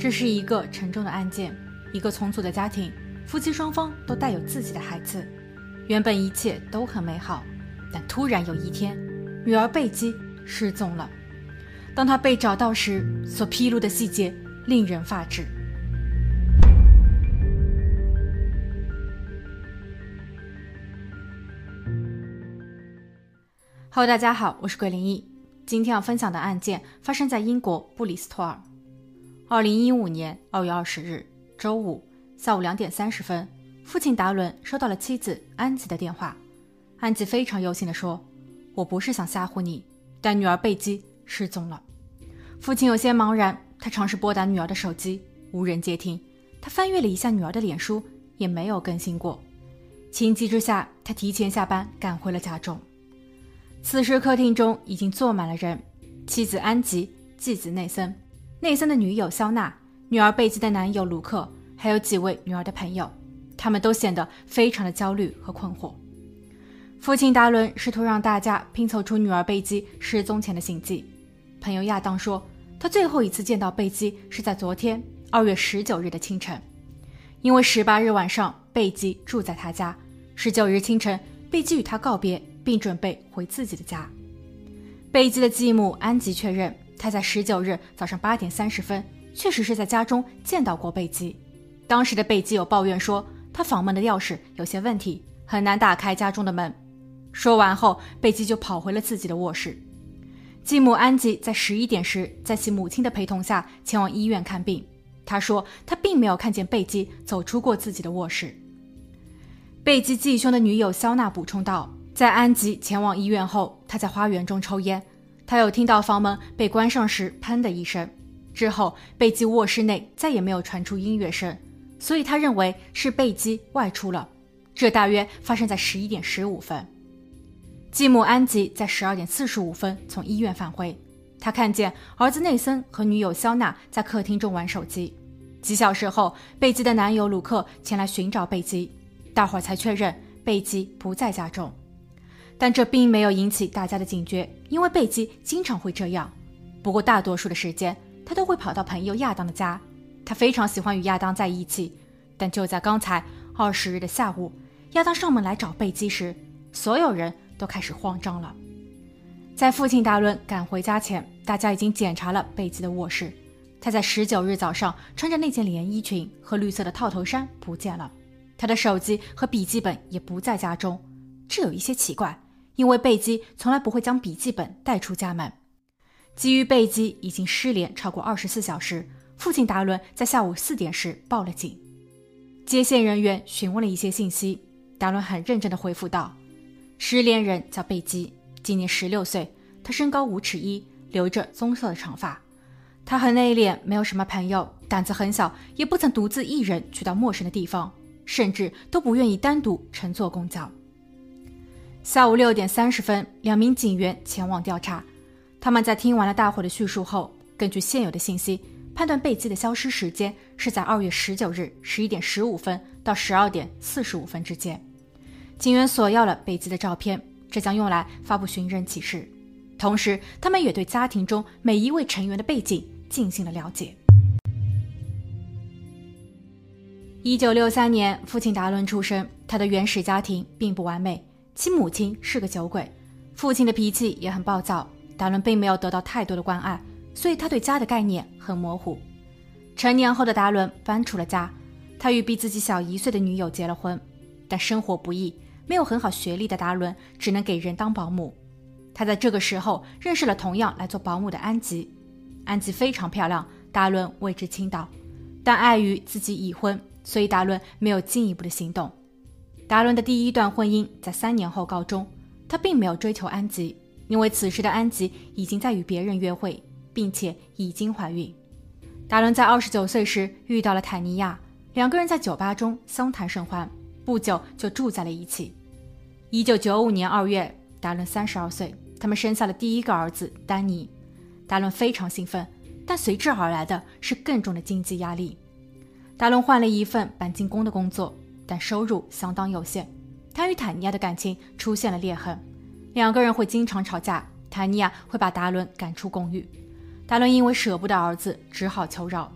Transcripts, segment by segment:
这是一个沉重的案件，一个重组的家庭，夫妻双方都带有自己的孩子，原本一切都很美好，但突然有一天，女儿贝基失踪了。当她被找到时，所披露的细节令人发指。Hello， 大家好，我是桂林一。今天要分享的案件发生在英国布里斯托尔。2015年2月20日，周五下午2点30分，父亲达伦收到了妻子安吉的电话。安吉非常忧心地说：“我不是想吓唬你，但女儿贝基失踪了。”父亲有些茫然，他尝试拨打女儿的手机，无人接听。他翻阅了一下女儿的脸书，也没有更新过。情急之下，他提前下班赶回了家中。此时客厅中已经坐满了人，妻子安吉、继子内森、内森的女友肖娜、女儿贝基的男友卢克，还有几位女儿的朋友，他们都显得非常的焦虑和困惑。父亲达伦试图让大家拼凑出女儿贝基失踪前的行迹。朋友亚当说，他最后一次见到贝基是在昨天2月19日的清晨，因为18日晚上贝基住在他家，19日清晨贝基与他告别，并准备回自己的家。贝基的继母安吉确认，他在19日早上8点30分确实是在家中见到过贝基。当时的贝基有抱怨说，他房门的钥匙有些问题，很难打开家中的门。说完后，贝基就跑回了自己的卧室。继母安吉在11点时，在其母亲的陪同下前往医院看病。她说，她并没有看见贝基走出过自己的卧室。贝基继兄的女友肖娜补充道，在安吉前往医院后，他在花园中抽烟，他有听到房门被关上时砰的一声，之后贝基卧室内再也没有传出音乐声，所以他认为是贝基外出了。这大约发生在11点15分。继母安吉在12点45分从医院返回，他看见儿子内森和女友肖娜在客厅中玩手机。几小时后，贝基的男友鲁克前来寻找贝基，大伙儿才确认贝基不在家中。但这并没有引起大家的警觉，因为贝基经常会这样。不过大多数的时间，他都会跑到朋友亚当的家，他非常喜欢与亚当在一起。但就在刚才20日的下午，亚当上门来找贝基时，所有人都开始慌张了。在父亲达伦赶回家前，大家已经检查了贝基的卧室。他在19日早上穿着那件连衣裙和绿色的套头衫不见了，他的手机和笔记本也不在家中。这有一些奇怪，因为贝基从来不会将笔记本带出家门。基于贝基已经失联超过24小时，父亲达伦在下午4点时报了警。接线人员询问了一些信息，达伦很认真地回复道，失联人叫贝基，今年16岁，他身高5尺1，留着棕色的长发。他很内敛，没有什么朋友，胆子很小，也不曾独自一人去到陌生的地方，甚至都不愿意单独乘坐公交。下午6点30分，2名警员前往调查。他们在听完了大伙的叙述后，根据现有的信息，判断贝基的消失时间是在2月19日11点15分到12点45分之间。警员索要了贝基的照片，这将用来发布寻人启事。同时，他们也对家庭中每一位成员的背景进行了了解。1963年，父亲达伦出生，他的原始家庭并不完美，其母亲是个酒鬼，父亲的脾气也很暴躁。达伦并没有得到太多的关爱，所以他对家的概念很模糊。成年后的达伦搬出了家，他与比自己小1岁的女友结了婚，但生活不易，没有很好学历的达伦只能给人当保姆。他在这个时候认识了同样来做保姆的安吉。安吉非常漂亮，达伦为之倾倒，但碍于自己已婚，所以达伦没有进一步的行动。达伦的第一段婚姻在3年后告终，他并没有追求安吉，因为此时的安吉已经在与别人约会，并且已经怀孕。达伦在29岁时遇到了坦尼亚，两个人在酒吧中相谈甚欢，不久就住在了一起。1995年2月，达伦32岁，他们生下了第一个儿子丹尼。达伦非常兴奋，但随之而来的是更重的经济压力。达伦换了一份钣金工的工作，但收入相当有限。他与坦尼亚的感情出现了裂痕，两个人会经常吵架，坦尼亚会把达伦赶出公寓。达伦因为舍不得儿子，只好求饶。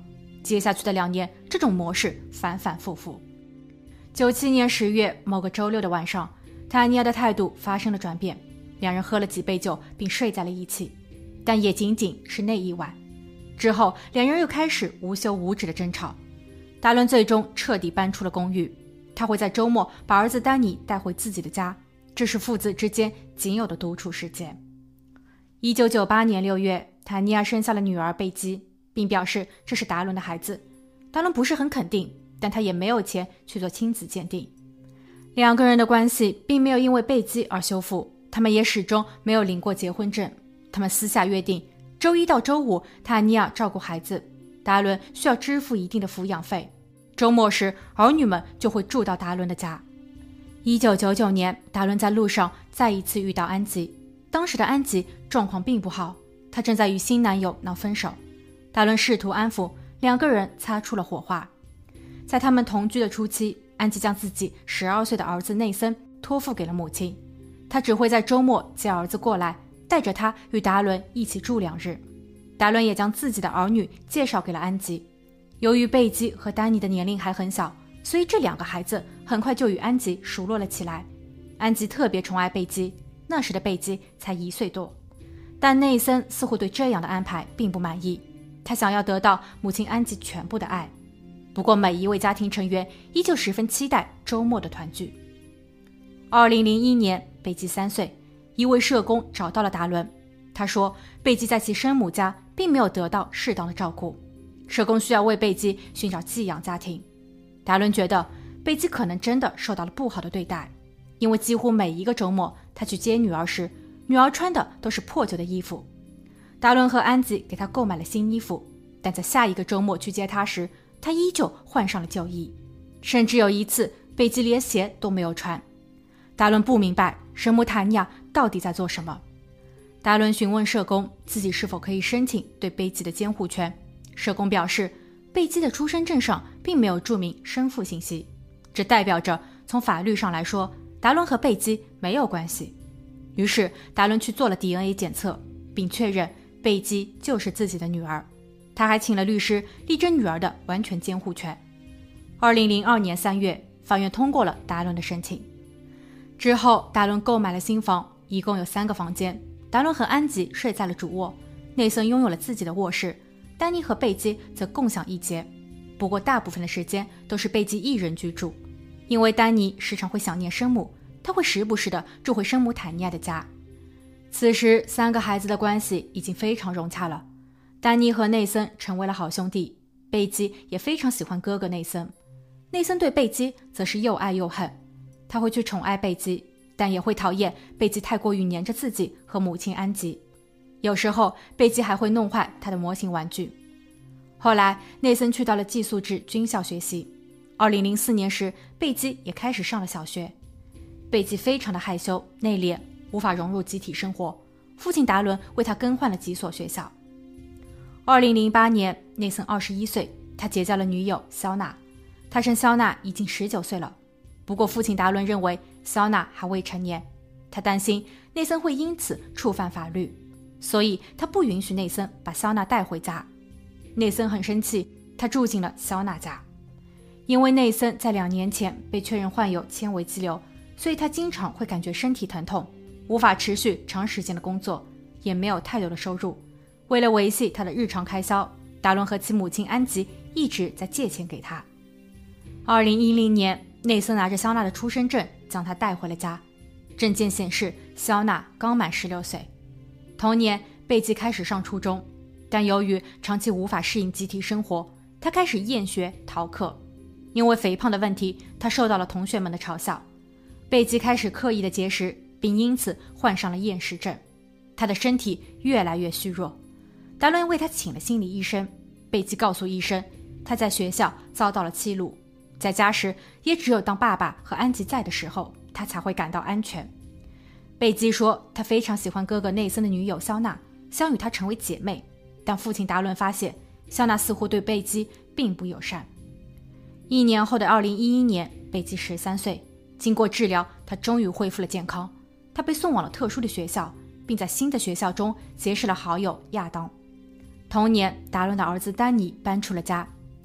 接下去的2年，这种模式反反复复。97年10月某个周六的晚上，塔尼亚的态度发生了转变，两人喝了几杯酒并睡在了一起，但也仅仅是那一晚。之后两人又开始无休无止的争吵。达伦最终彻底搬出了公寓，他会在周末把儿子丹尼带回自己的家，这是父子之间仅有的独处时间。1998年6月，塔尼亚生下了女儿贝基，并表示这是达伦的孩子。达伦不是很肯定，但他也没有钱去做亲子鉴定。两个人的关系并没有因为贝基而修复，他们也始终没有领过结婚证。他们私下约定，周一到周五塔尼亚照顾孩子，达伦需要支付一定的抚养费，周末时儿女们就会住到达伦的家。1999年，达伦在路上再一次遇到安吉，当时的安吉状况并不好，她正在与新男友闹分手。达伦试图安抚，两个人擦出了火花。在他们同居的初期，安吉将自己12岁的儿子内森托付给了母亲，他只会在周末接儿子过来，带着他与达伦一起住2日。达伦也将自己的儿女介绍给了安吉。由于贝基和丹尼的年龄还很小，所以这2个孩子很快就与安吉熟络了起来。安吉特别宠爱贝基，那时的贝基才1岁多。但内森似乎对这样的安排并不满意，他想要得到母亲安吉全部的爱。不过每一位家庭成员依旧十分期待周末的团聚。2001年，贝基3岁，一位社工找到了达伦，他说贝基在其生母家并没有得到适当的照顾，社工需要为贝基寻找寄养家庭。达伦觉得贝基可能真的受到了不好的对待，因为几乎每一个周末他去接女儿时，女儿穿的都是破旧的衣服。达伦和安吉给他购买了新衣服，但在下一个周末去接他时，他依旧换上了旧衣，甚至有一次贝基连鞋都没有穿。达伦不明白生母塔尼亚到底在做什么。达伦询问社工自己是否可以申请对贝基的监护权，社工表示贝基的出生证上并没有注明生父信息，这代表着从法律上来说，达伦和贝基没有关系。于是达伦去做了 DNA 检测，并确认贝基就是自己的女儿。他还请了律师力争女儿的完全监护权。2002年3月，法院通过了达伦的申请。之后达伦购买了新房，一共有3个房间，达伦和安吉睡在了主卧，内森拥有了自己的卧室，丹尼和贝基则共享一间。不过大部分的时间都是贝基一人居住，因为丹尼时常会想念生母，他会时不时地住回生母塔尼亚的家。此时3个孩子的关系已经非常融洽了，丹尼和内森成为了好兄弟，贝基也非常喜欢哥哥内森。内森对贝基则是又爱又恨，他会去宠爱贝基，但也会讨厌贝基太过于黏着自己和母亲安吉。有时候贝基还会弄坏他的模型玩具。后来内森去到了寄宿制军校学习，2004年时贝基也开始上了小学。贝基非常的害羞内敛，无法融入集体生活，父亲达伦为他更换了几所学校。2008年，内森21岁，他结交了女友肖娜，他称肖娜已经19岁了。不过父亲达伦认为肖娜还未成年，他担心内森会因此触犯法律，所以他不允许内森把肖娜带回家。内森很生气，他住进了肖娜家。因为内森在2年前被确认患有纤维肌瘤，所以他经常会感觉身体疼痛，无法持续长时间的工作，也没有太多的收入。为了维系他的日常开销，达伦和其母亲安吉一直在借钱给他。2010年，内森拿着肖娜的出生证将她带回了家，证件显示肖娜刚满16岁。同年，贝基开始上初中，但由于长期无法适应集体生活，他开始厌学逃课。因为肥胖的问题，他受到了同学们的嘲笑。贝基开始刻意的节食，并因此患上了厌食症，他的身体越来越虚弱。达伦为他请了心理医生，贝基告诉医生，他在学校遭到了欺辱，在家时也只有当爸爸和安吉在的时候，他才会感到安全。贝基说他非常喜欢哥哥内森的女友肖娜，想与她成为姐妹，但父亲达伦发现肖娜似乎对贝基并不友善。1年后的2011年，贝基13岁，经过治疗，他终于恢复了健康。他被送往了特殊的学校，并在新的学校中结识了好友亚当。同年，达伦的儿子丹尼搬出了家，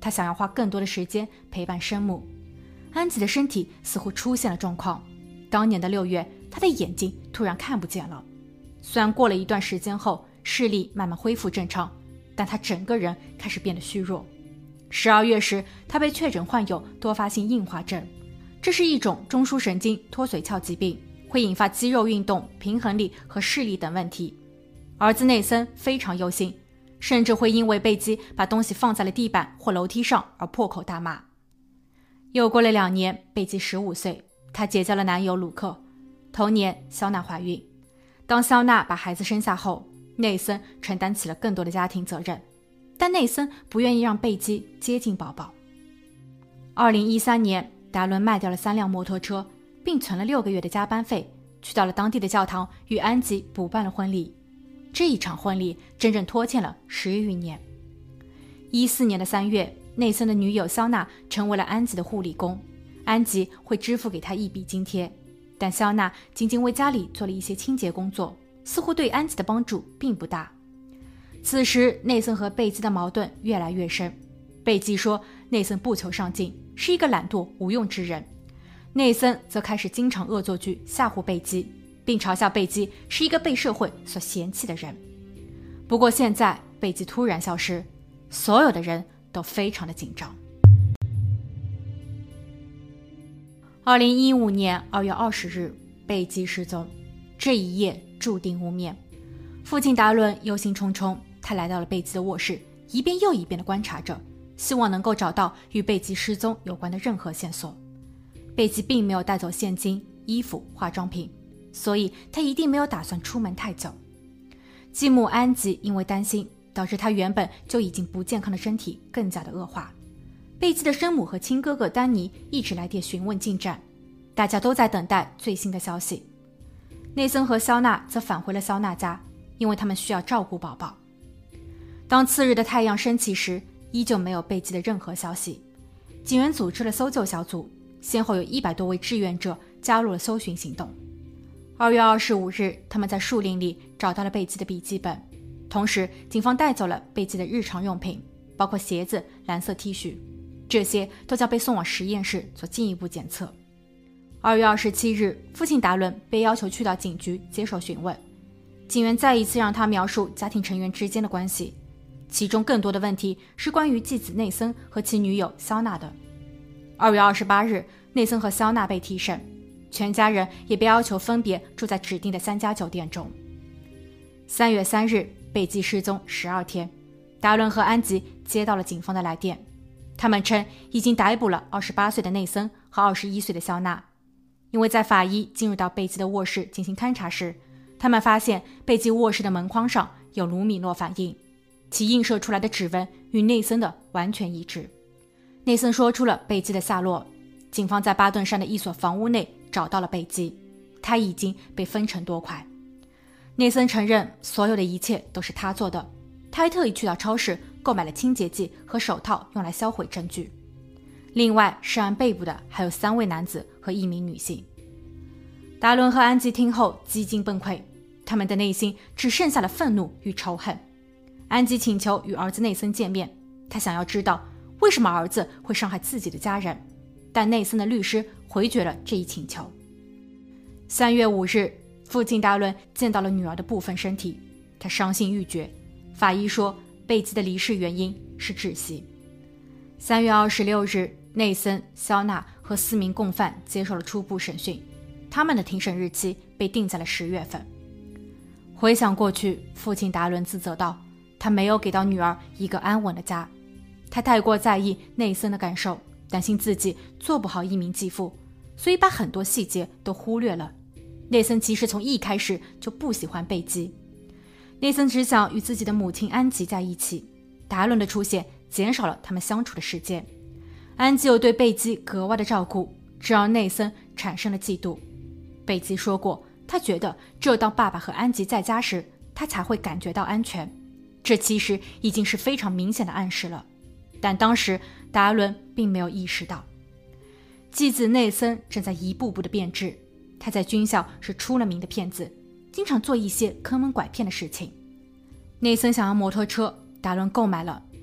他想要花更多的时间陪伴生母。安吉的身体似乎出现了状况，当年的6月，他的眼睛突然看不见了。虽然过了一段时间后，视力慢慢恢复正常，但他整个人开始变得虚弱。12月时，他被确诊患有多发性硬化症，这是一种中枢神经脱髓鞘疾病，会引发肌肉运动、平衡力和视力等问题。儿子内森非常忧心，甚至会因为贝基把东西放在了地板或楼梯上而破口大骂。又过了2年，贝基15岁，她结交了男友鲁克。同年，肖娜怀孕。当肖娜把孩子生下后，内森承担起了更多的家庭责任，但内森不愿意让贝基接近宝宝。2013年，达伦卖掉了3辆摩托车，并存了6个月的加班费，去到了当地的教堂与安吉补办了婚礼。这一场婚礼整整拖欠了10余年。14年的3月，内森的女友肖娜成为了安吉的护理工，安吉会支付给他一笔津贴，但肖娜仅仅为家里做了一些清洁工作，似乎对安吉的帮助并不大。此时，内森和贝基的矛盾越来越深。贝基说内森不求上进，是一个懒惰无用之人。内森则开始经常恶作剧吓唬贝基，并嘲笑贝基是一个被社会所嫌弃的人。不过现在贝基突然消失，所有的人都非常的紧张。2015年2月20日，贝基失踪，这一夜注定无眠。父亲达伦忧心忡忡，他来到了贝基的卧室，一遍又一遍地观察着，希望能够找到与贝基失踪有关的任何线索。贝基并没有带走现金、衣服、化妆品，所以他一定没有打算出门太久。继母安吉因为担心，导致他原本就已经不健康的身体更加的恶化。贝基的生母和亲哥哥丹尼一直来电询问进展，大家都在等待最新的消息。内森和肖娜则返回了肖娜家，因为他们需要照顾宝宝。当次日的太阳升起时，依旧没有贝基的任何消息。警员组织了搜救小组，先后有100多位志愿者加入了搜寻行动。2月25日，他们在树林里找到了贝基的笔记本，同时警方带走了贝基的日常用品，包括鞋子、蓝色 T 恤，这些都将被送往实验室做进一步检测。2月27日，父亲达伦被要求去到警局接受询问，警员再一次让他描述家庭成员之间的关系，其中更多的问题是关于继子内森和其女友肖娜的。2月28日，内森和肖娜被提审，全家人也被要求分别住在指定的3家酒店中。3月3日，贝基失踪12天，达伦和安吉接到了警方的来电，他们称已经逮捕了28岁的内森和21岁的肖娜。因为在法医进入到贝基的卧室进行勘查时，他们发现贝基卧室的门框上有卢米诺反应，其映射出来的指纹与内森的完全一致。内森说出了贝基的下落，警方在巴顿山的一所房屋内找到了贝基，他已经被分成多块。内森承认所有的一切都是他做的，他还特意去到超市购买了清洁剂和手套用来销毁证据。另外，涉案被捕的还有3位男子和1名女性。达伦和安吉听后几近崩溃，他们的内心只剩下了愤怒与仇恨。安吉请求与儿子内森见面，他想要知道为什么儿子会伤害自己的家人，但内森的律师回绝了这一请求。3月5日，父亲达伦见到了女儿的部分身体，他伤心欲绝。法医说贝基的离世原因是窒息。3月26日，内森、肖娜和4名共犯接受了初步审讯，他们的庭审日期被定在了10月份。回想过去，父亲达伦自责道，他没有给到女儿一个安稳的家，他太过在意内森的感受，担心自己做不好一名继父，所以把很多细节都忽略了。内森其实从一开始就不喜欢贝基，内森只想与自己的母亲安吉在一起，达伦的出现减少了他们相处的时间。安吉又对贝基格外的照顾，这让内森产生了嫉妒。贝基说过，他觉得只有当爸爸和安吉在家时，他才会感觉到安全，这其实已经是非常明显的暗示了，但当时达伦并没有意识到。继子内森正在一步步的变质，他在军校是出了名的骗子，经常做一些坑蒙拐骗的事情。内森想要摩托车，达伦购买了，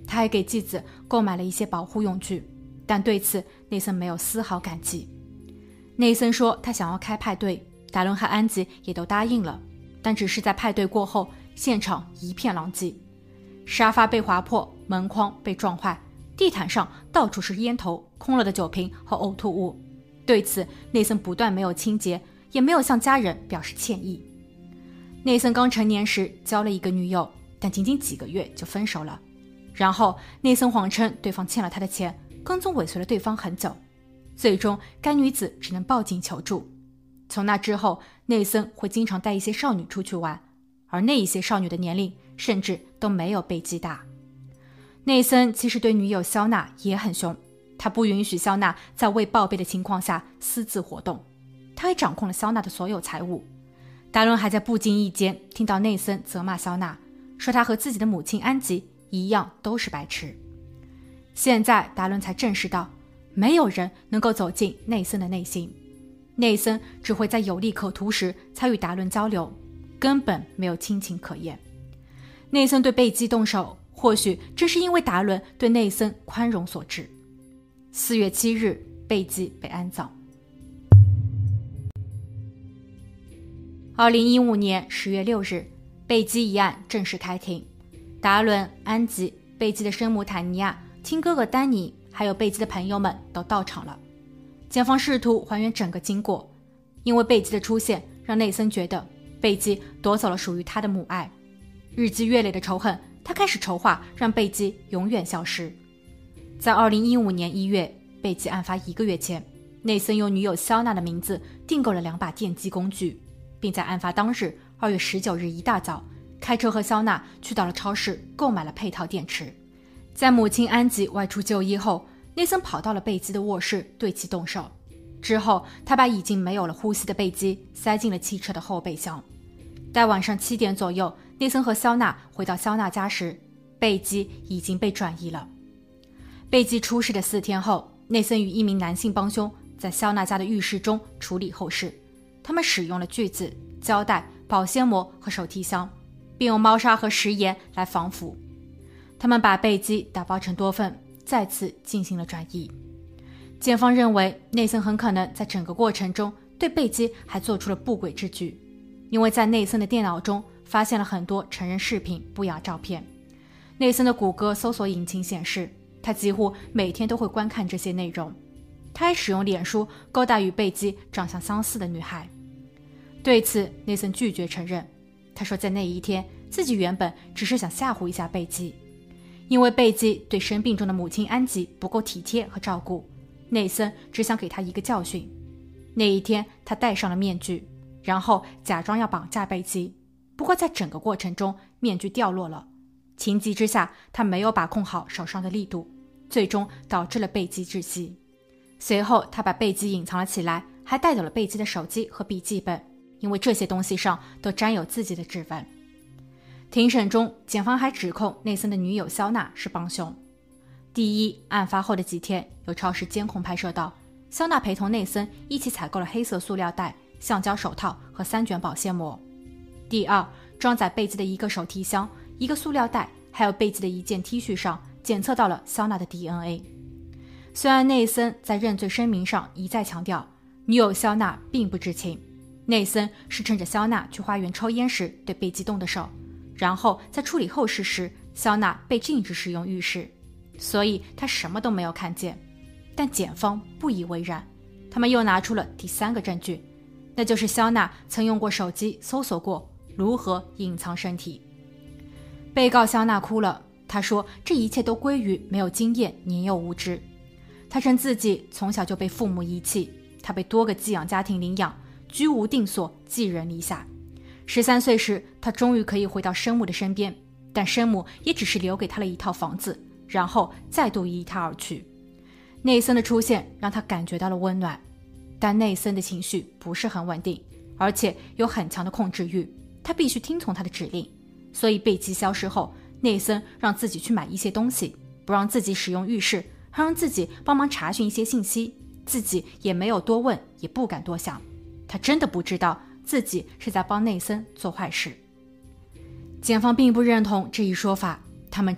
他还给继子购买了一些保护用具，但对此内森没有丝毫感激。内森说他想要开派对，达伦和安吉也都答应了，但只是在派对过后，现场一片狼藉，沙发被划破，门框被撞坏，地毯上到处是烟头、空了的酒瓶和呕吐物。对此内森不但没有清洁，也没有向家人表示歉意。内森刚成年时交了一个女友，但仅仅几个月就分手了。然后内森谎称对方欠了他的钱，跟踪尾随了对方很久，最终该女子只能报警求助。从那之后，内森会经常带一些少女出去玩，而那一些少女的年龄甚至都没有贝基大。内森其实对女友肖娜也很凶，他不允许肖娜在未报备的情况下私自活动，他还掌控了肖娜的所有财物。达伦还在不经意间听到内森责骂肖娜，说他和自己的母亲安吉一样都是白痴。现在达伦才正视到，没有人能够走进内森的内心，内森只会在有利可图时才与达伦交流，根本没有亲情可言。内森对贝基动手，或许正是因为达伦对内森宽容所致。4月7日，贝基被安葬。2015年10月6日，贝基一案正式开庭。达伦、安吉、贝基的生母坦尼亚、亲哥哥丹尼，还有贝基的朋友们都到场了。检方试图还原整个经过，因为贝基的出现让内森觉得贝基夺走了属于他的母爱。日积月累的仇恨，他开始筹划让贝基永远消失。在2015年1月，贝基案发1个月前，内森用女友肖娜的名字订购了2把电击工具，并在案发当日2月19日一大早开车和肖娜去到了超市购买了配套电池。在母亲安吉外出就医后，内森跑到了贝基的卧室对其动手。之后他把已经没有了呼吸的贝基塞进了汽车的后备箱。待晚上7点左右，内森和肖娜回到肖娜家时，贝基已经被转移了。贝基出事的4天后，内森与一名男性帮凶在肖娜家的浴室中处理后事。他们使用了锯子、胶带、保鲜膜和手提箱，并用猫砂和食盐来防腐。他们把贝基打包成多份，再次进行了转移。检方认为内森很可能在整个过程中对贝基还做出了不轨之举，因为在内森的电脑中发现了很多成人视频、不雅照片。内森的谷歌搜索引擎显示，他几乎每天都会观看这些内容。他还使用脸书勾搭与贝基长相相似的女孩。对此，内森拒绝承认。他说在那一天，自己原本只是想吓唬一下贝基，因为贝基对生病中的母亲安吉不够体贴和照顾，内森只想给他一个教训。那一天他戴上了面具，然后假装要绑架贝基，不过在整个过程中面具掉落了，情急之下他没有把控好手上的力度，最终导致了贝基窒息。随后他把贝基隐藏了起来，还带走了贝基的手机和笔记本，因为这些东西上都沾有自己的指纹。庭审中，检方还指控内森的女友肖娜是帮凶。第一，案发后的几天，有超市监控拍摄到肖娜陪同内森一起采购了黑色塑料袋、橡胶手套和3卷保鲜膜。第二，装载贝基的一个手提箱、一个塑料袋，还有贝基的一件 T 恤上检测到了肖娜的 DNA。虽然内森在认罪声明上一再强调女友肖娜并不知情，内森是趁着肖娜去花园抽烟时对贝基动的手，然后在处理后事时，肖娜被禁止使用浴室，所以他什么都没有看见。但检方不以为然，他们又拿出了第3个证据，那就是肖娜曾用过手机搜索过如何隐藏身体。被告肖娜哭了，她说这一切都归于没有经验、年幼无知。她称自己从小就被父母遗弃，她被多个寄养家庭领养，居无定所，寄人篱下。13岁时，她终于可以回到生母的身边，但生母也只是留给她了一套房子，然后再度离她而去。内森的出现让她感觉到了温暖，但内森的情绪不是很稳定，而且有很强的控制欲，他必须听从他的指令。所以贝基消失后，内森让自己去买一些东西，不让自己使用浴室，还让自己帮忙查询一些信息，自己也没有多问，也不敢多想。他真的不知道自己是在帮内森做坏事。检方并不认同这一说法，他们称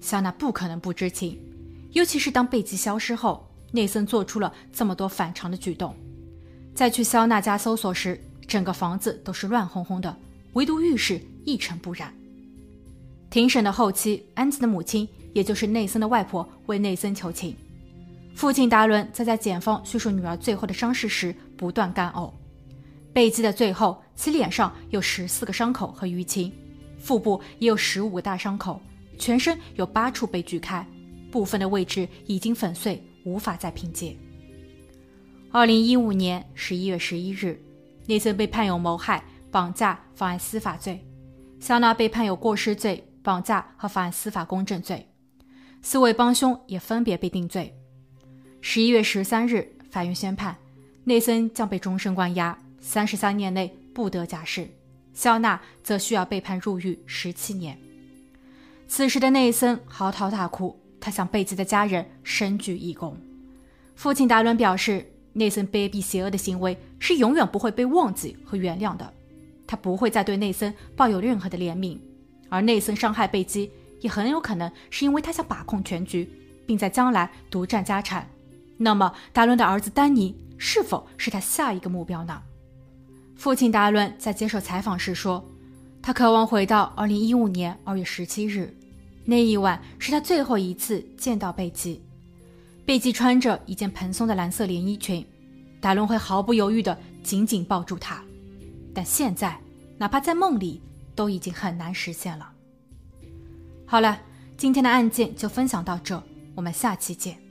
肖娜不可能不知情，尤其是当贝基消失后，内森做出了这么多反常的举动。在去肖娜家搜索时，整个房子都是乱哄哄的，唯独浴室一尘不染。庭审的后期，安吉的母亲，也就是内森的外婆，为内森求情。父亲达伦则在检方叙述女儿最后的伤势时不断干呕。贝基的最后，其脸上有14个伤口和淤青，腹部也有15个大伤口，全身有8处被锯开，部分的位置已经粉碎，无法再拼接。2015年11月11日，内森被判有谋害、绑架、妨碍司法罪，肖娜被判有过失罪、绑架和妨碍司法公正罪，4位帮凶也分别被定罪。11月13日，法院宣判，内森将被终身关押，33年内不得假释，肖娜则需要被判入狱17年。此时的内森嚎啕大哭，他向贝基的家人深鞠一躬。父亲达伦表示，内森卑鄙邪恶的行为是永远不会被忘记和原谅的，他不会再对内森抱有任何的怜悯，而内森伤害贝基也很有可能是因为他想把控全局，并在将来独占家产。那么达伦的儿子丹尼是否是他下一个目标呢？父亲达伦在接受采访时说，他渴望回到2015年2月17日，那一晚是他最后一次见到贝基。贝基穿着一件蓬松的蓝色连衣裙，达伦会毫不犹豫地紧紧抱住她，但现在哪怕在梦里都已经很难实现了。好了，今天的案件就分享到这，我们下期见。